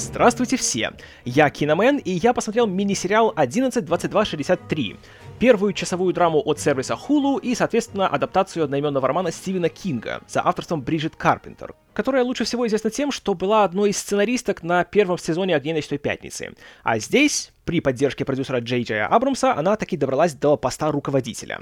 Здравствуйте все! Я Киномен, и я посмотрел мини-сериал 11.22.63, первую часовую драму от сервиса Hulu и, соответственно, адаптацию одноименного романа Стивена Кинга за авторством Бриджит Карпентер, которая лучше всего известна тем, что была одной из сценаристок на первом сезоне «Огней ночной пятницы». А здесь, при поддержке продюсера Джей Джея Абрамса, она таки добралась до поста руководителя.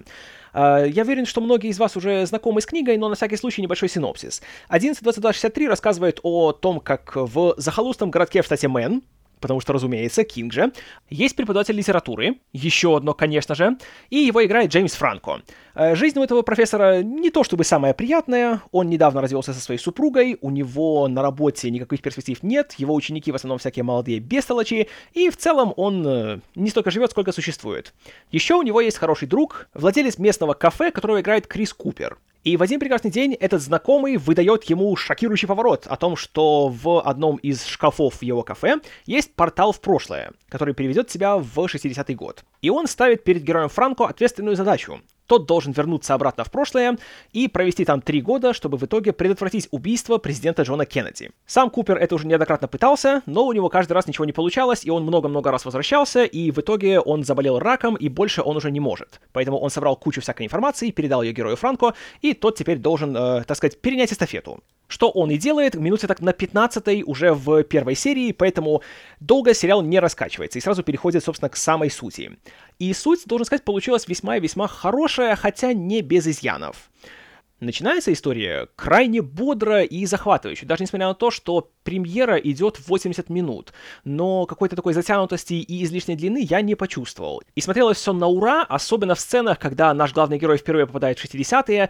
Я уверен, что многие из вас уже знакомы с книгой, но на всякий случай небольшой синопсис. 11.22.63 рассказывает о том, как в захолустном городке в штате Мэн, потому что, разумеется, Кинг же, есть преподаватель литературы, еще одно, конечно же, и его играет Джеймс Франко. Жизнь у этого профессора не то чтобы самая приятная, он недавно развелся со своей супругой, у него на работе никаких перспектив нет, его ученики в основном всякие молодые бестолочи, и в целом он не столько живет, сколько существует. Еще у него есть хороший друг, владелец местного кафе, которого играет Крис Купер. И в один прекрасный день этот знакомый выдает ему шокирующий поворот о том, что в одном из шкафов его кафе есть портал в прошлое, который переведет тебя в 60-й год. И он ставит перед героем Франко ответственную задачу. Тот должен вернуться обратно в прошлое и провести там 3 года, чтобы в итоге предотвратить убийство президента Джона Кеннеди. Сам Купер это уже неоднократно пытался, но у него каждый раз ничего не получалось, и он много-много раз возвращался, и в итоге он заболел раком, и больше он уже не может. Поэтому он собрал кучу всякой информации, передал ее герою Франко, и тот теперь должен, так сказать, перенять эстафету. Что он и делает, минуте так на 15-й уже в первой серии, поэтому долго сериал не раскачивается и сразу переходит, собственно, к самой сути. И суть, должен сказать, получилась весьма и весьма хорошая, хотя не без изъянов. Начинается история крайне бодро и захватывающе, даже несмотря на то, что премьера идет 80 минут, но какой-то такой затянутости и излишней длины я не почувствовал. И смотрелось все на ура, особенно в сценах, когда наш главный герой впервые попадает в 60-е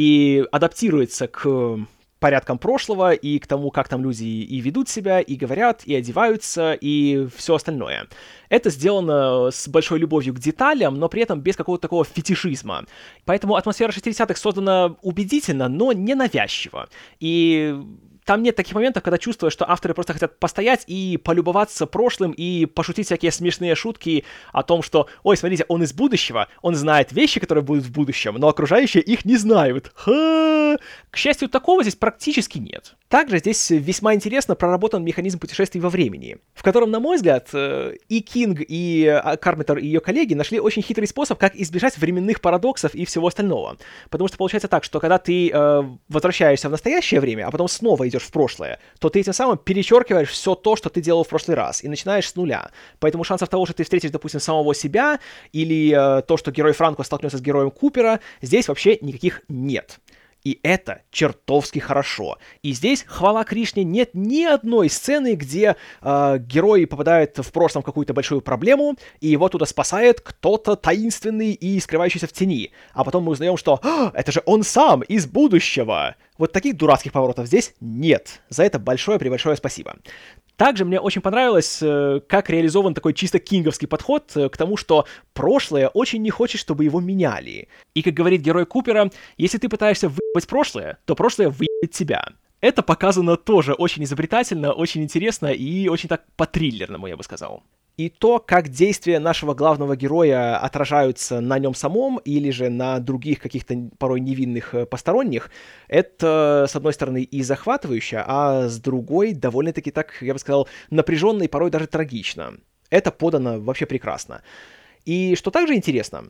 и адаптируется к порядкам прошлого и к тому, как там люди и ведут себя, и говорят, и одеваются, и все остальное. Это сделано с большой любовью к деталям, но при этом без какого-то такого фетишизма. Поэтому атмосфера 60-х создана убедительно, но не навязчиво. И там нет таких моментов, когда чувствуешь, что авторы просто хотят постоять и полюбоваться прошлым и пошутить всякие смешные шутки о том, что, ой, смотрите, он из будущего, он знает вещи, которые будут в будущем, но окружающие их не знают. Ха! К счастью, такого здесь практически нет. Также здесь весьма интересно проработан механизм путешествий во времени, в котором, на мой взгляд, и Кинг, и Карпентер, и ее коллеги нашли очень хитрый способ, как избежать временных парадоксов и всего остального. Потому что получается так, что когда ты возвращаешься в настоящее время, а потом снова идешь в прошлое, то ты этим самым перечеркиваешь все то, что ты делал в прошлый раз, и начинаешь с нуля. Поэтому шансов того, что ты встретишь, допустим, самого себя, или то, что герой Франко столкнется с героем Купера, здесь вообще никаких нет. И это чертовски хорошо. И здесь, хвала Кришне, нет ни одной сцены, где герой попадает в прошлом в какую-то большую проблему, и его туда спасает кто-то таинственный и скрывающийся в тени. А потом мы узнаем, что это же он сам из будущего. Вот таких дурацких поворотов здесь нет. За это большое-пребольшое спасибо. Также мне очень понравилось, как реализован такой чисто кинговский подход к тому, что прошлое очень не хочет, чтобы его меняли. И, как говорит герой Купера, если ты пытаешься выебать прошлое, то прошлое выебет тебя. Это показано тоже очень изобретательно, очень интересно и очень так по-триллерному, я бы сказал. И то, как действия нашего главного героя отражаются на нем самом или же на других каких-то порой невинных посторонних, это, с одной стороны, и захватывающе, а с другой, довольно-таки так, я бы сказал, напряженно и порой даже трагично. Это подано вообще прекрасно. И что также интересно,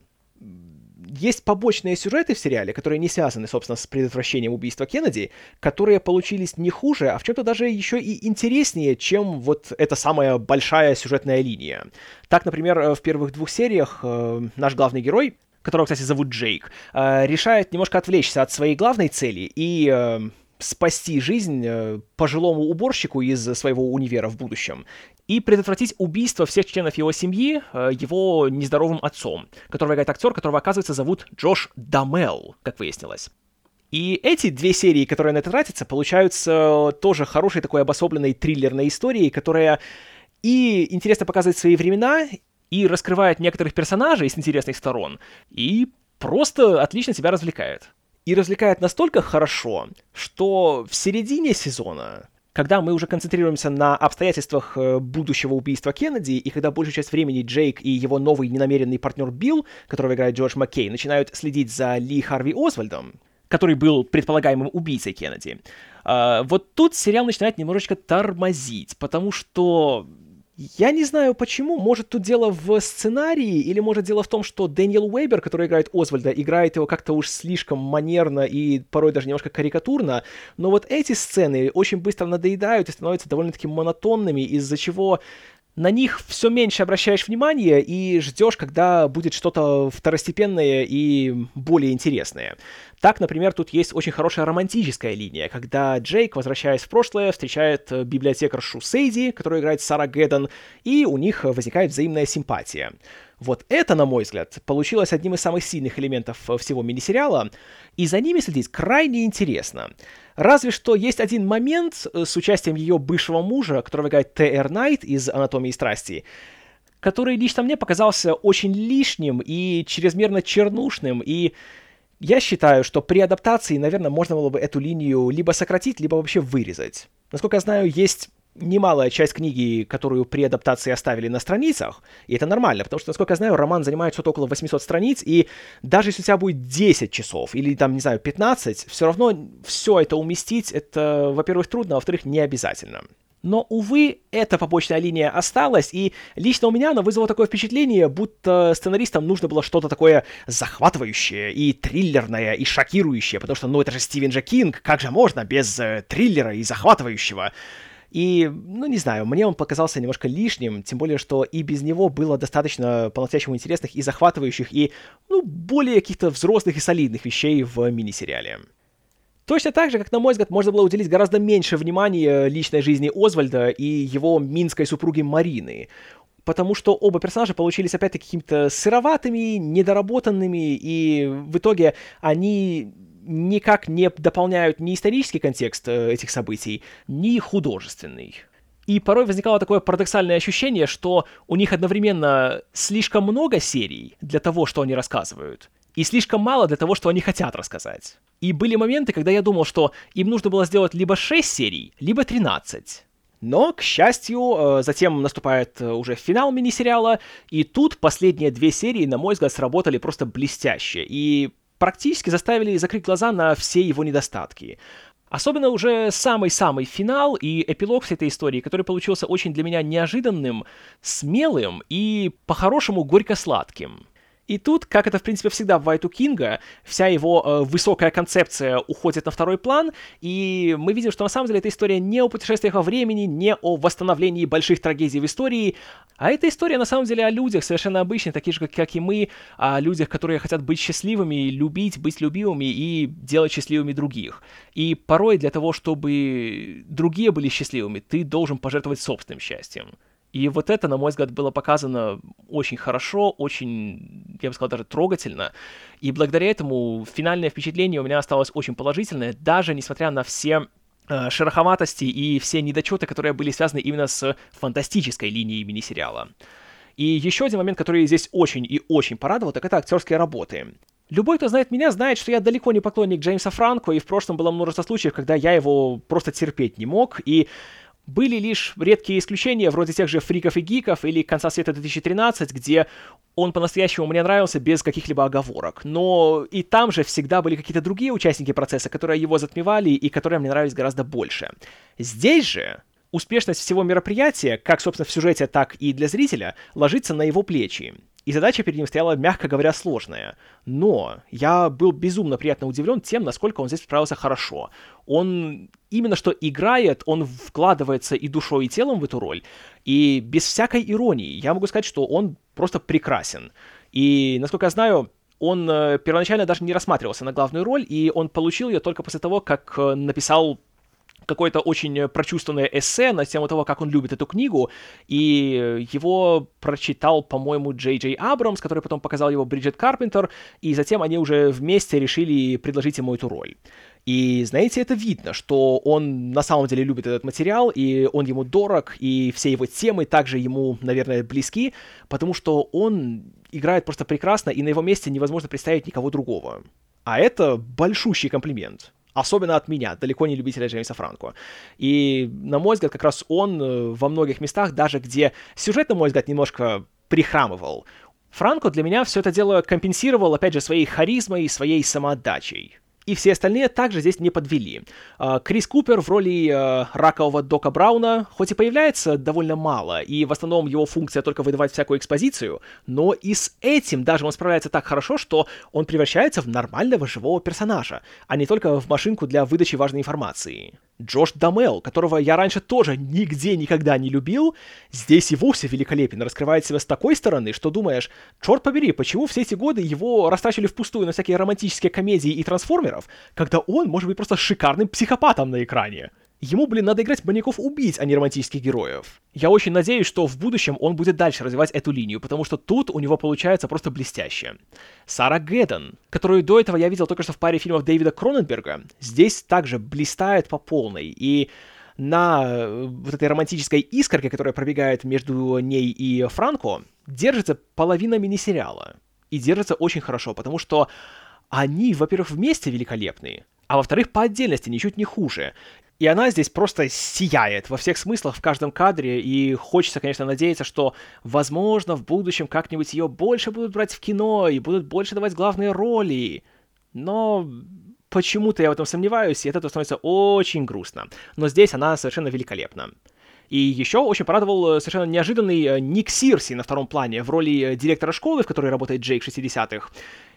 есть побочные сюжеты в сериале, которые не связаны, собственно, с предотвращением убийства Кеннеди, которые получились не хуже, а в чем-то даже еще и интереснее, чем вот эта самая большая сюжетная линия. Так, например, в первых 2 сериях наш главный герой, которого, кстати, зовут Джейк, решает немножко отвлечься от своей главной цели и спасти жизнь пожилому уборщику из своего универа в будущем и предотвратить убийство всех членов его семьи его нездоровым отцом, которого играет актер, которого, оказывается, зовут Джош Дамел, как выяснилось. И эти 2 серии, которые на это тратятся, получаются тоже хорошей такой обособленной триллерной историей, которая и интересно показывает свои времена, и раскрывает некоторых персонажей с интересных сторон, и просто отлично тебя развлекает. И развлекает настолько хорошо, что в середине сезона, когда мы уже концентрируемся на обстоятельствах будущего убийства Кеннеди, и когда большую часть времени Джейк и его новый ненамеренный партнер Билл, которого играет Джордж Маккей, начинают следить за Ли Харви Освальдом, который был предполагаемым убийцей Кеннеди, Вот тут сериал начинает немножечко тормозить, потому что... Я не знаю почему, может тут дело в сценарии, или может дело в том, что Дэниел Уэйбер, который играет Озвальда, играет его как-то уж слишком манерно и порой даже немножко карикатурно, но вот эти сцены очень быстро надоедают и становятся довольно-таки монотонными, из-за чего на них все меньше обращаешь внимание и ждешь, когда будет что-то второстепенное и более интересное. Так, например, тут есть очень хорошая романтическая линия, когда Джейк, возвращаясь в прошлое, встречает библиотекаршу Сейди, которую играет Сара Гэддон, и у них возникает взаимная симпатия. Вот это, на мой взгляд, получилось одним из самых сильных элементов всего мини-сериала, и за ними следить крайне интересно. Разве что есть один момент с участием ее бывшего мужа, которого играет Т.Р. Найт из «Анатомии страсти», который лично мне показался очень лишним и чрезмерно чернушным, и я считаю, что при адаптации, наверное, можно было бы эту линию либо сократить, либо вообще вырезать. Насколько я знаю, есть немалая часть книги, которую при адаптации оставили на страницах, и это нормально, потому что, насколько я знаю, роман занимает что-то около 800 страниц, и даже если у тебя будет 10 часов, или там, не знаю, 15, все равно все это уместить, это, во-первых, трудно, а во-вторых, не обязательно. Но, увы, эта побочная линия осталась, и лично у меня она вызвала такое впечатление, будто сценаристам нужно было что-то такое захватывающее, и триллерное, и шокирующее, потому что, ну, это же Стивен Дж. Кинг, как же можно без триллера и захватывающего? И, ну, не знаю, мне он показался немножко лишним, тем более, что и без него было достаточно по-настоящему интересных и захватывающих, и, ну, более каких-то взрослых и солидных вещей в мини-сериале. Точно так же, как, на мой взгляд, можно было уделить гораздо меньше внимания личной жизни Озвальда и его минской супруги Марины, потому что оба персонажа получились опять-таки какими-то сыроватыми, недоработанными, и в итоге они никак не дополняют ни исторический контекст этих событий, ни художественный. И порой возникало такое парадоксальное ощущение, что у них одновременно слишком много серий для того, что они рассказывают, и слишком мало для того, что они хотят рассказать. И были моменты, когда я думал, что им нужно было сделать либо 6 серий, либо 13. Но, к счастью, затем наступает уже финал мини-сериала, и тут последние 2 серии, на мой взгляд, сработали просто блестяще, и практически заставили закрыть глаза на все его недостатки. Особенно уже самый-самый финал и эпилог всей этой истории, который получился очень для меня неожиданным, смелым и по-хорошему горько-сладким. И тут, как это, в принципе, всегда бывает у Кинга, вся его высокая концепция уходит на второй план, и мы видим, что на самом деле эта история не о путешествиях во времени, не о восстановлении больших трагедий в истории, а эта история на самом деле о людях совершенно обычных, таких же, как и мы, о людях, которые хотят быть счастливыми, любить, быть любимыми и делать счастливыми других. И порой для того, чтобы другие были счастливыми, ты должен пожертвовать собственным счастьем. И вот это, на мой взгляд, было показано очень хорошо, очень, я бы сказал, даже трогательно. И благодаря этому финальное впечатление у меня осталось очень положительное, даже несмотря на все шероховатости и все недочеты, которые были связаны именно с фантастической линией мини-сериала. И еще один момент, который здесь очень и очень порадовал, так это актерские работы. Любой, кто знает меня, знает, что я далеко не поклонник Джеймса Франко, и в прошлом было множество случаев, когда я его просто терпеть не мог, и были лишь редкие исключения, вроде тех же «Фриков и гиков» или «Конца света 2013», где он по-настоящему мне нравился без каких-либо оговорок. Но и там же всегда были какие-то другие участники процесса, которые его затмевали и которые мне нравились гораздо больше. Здесь же успешность всего мероприятия, как, собственно, в сюжете, так и для зрителя, ложится на его плечи. И задача перед ним стояла, мягко говоря, сложная. Но я был безумно приятно удивлен тем, насколько он здесь справился хорошо. Он именно что играет, он вкладывается и душой, и телом в эту роль. И без всякой иронии я могу сказать, что он просто прекрасен. И, насколько я знаю, он первоначально даже не рассматривался на главную роль, и он получил ее только после того, как написал какое-то очень прочувствованное эссе на тему того, как он любит эту книгу, и его прочитал, по-моему, Джей Джей Абрамс, который потом показал его Бриджит Карпентер, и затем они уже вместе решили предложить ему эту роль. И, знаете, это видно, что он на самом деле любит этот материал, и он ему дорог, и все его темы также ему, наверное, близки, потому что он играет просто прекрасно, и на его месте невозможно представить никого другого. А это большущий комплимент. Особенно от меня, далеко не любителя Джеймса Франко. И, на мой взгляд, как раз он во многих местах, даже где сюжет, на мой взгляд, немножко прихрамывал, Франко для меня все это дело компенсировал, опять же, своей харизмой и своей самоотдачей. И все остальные также здесь не подвели. Крис Купер в роли ракового Дока Брауна хоть и появляется довольно мало, и в основном его функция только выдавать всякую экспозицию, но и с этим даже он справляется так хорошо, что он превращается в нормального живого персонажа, а не только в машинку для выдачи важной информации. Джош Дамел, которого я раньше тоже нигде никогда не любил, здесь и вовсе великолепен, раскрывает себя с такой стороны, что думаешь, черт побери, почему все эти годы его растрачивали впустую на всякие романтические комедии и трансформеров, когда он может быть просто шикарным психопатом на экране. Ему, надо играть маньяков-убийц, а не романтических героев. Я очень надеюсь, что в будущем он будет дальше развивать эту линию, потому что тут у него получается просто блестяще. Сара Гэдден, которую до этого я видел только что в паре фильмов Дэвида Кроненберга, здесь также блистает по полной, и на вот этой романтической искорке, которая пробегает между ней и Франко, держится половина мини-сериала. И держится очень хорошо, потому что они, во-первых, вместе великолепны, а во-вторых, по отдельности ничуть не хуже. И она здесь просто сияет во всех смыслах в каждом кадре, и хочется, конечно, надеяться, что, возможно, в будущем как-нибудь ее больше будут брать в кино и будут больше давать главные роли. Но почему-то я в этом сомневаюсь, и от этого становится очень грустно. Но здесь она совершенно великолепна. И еще очень порадовал совершенно неожиданный Ник Сирси на втором плане в роли директора школы, в которой работает Джейк в 60-х.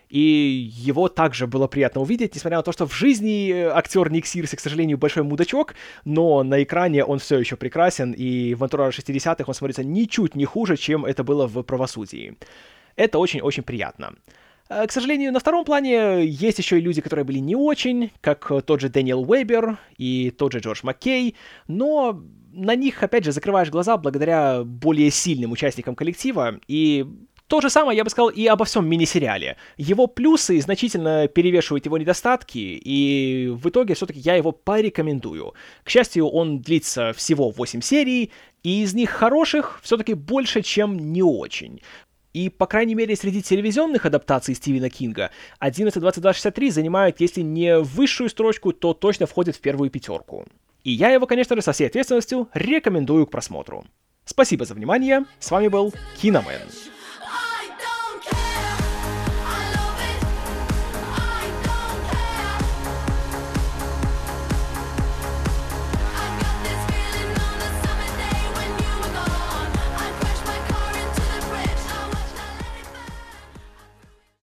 И его также было приятно увидеть, несмотря на то, что в жизни актер Ник Сирси, к сожалению, большой мудачок, но на экране он все еще прекрасен, и в «Антураже 60-х» он смотрится ничуть не хуже, чем это было в «Правосудии». Это очень-очень приятно. К сожалению, на втором плане есть еще и люди, которые были не очень, как тот же Дэниел Уэйбер и тот же Джордж Маккей, но на них, опять же, закрываешь глаза благодаря более сильным участникам коллектива, и то же самое я бы сказал и обо всем мини-сериале. Его плюсы значительно перевешивают его недостатки, и в итоге все-таки я его порекомендую. К счастью, он длится всего 8 серий, и из них хороших все-таки больше, чем не очень. И, по крайней мере, среди телевизионных адаптаций Стивена Кинга 11.22.63 занимает, если не высшую строчку, то точно входит в первую пятерку. И я его, конечно же, со всей ответственностью рекомендую к просмотру. Спасибо за внимание, с вами был Киномен.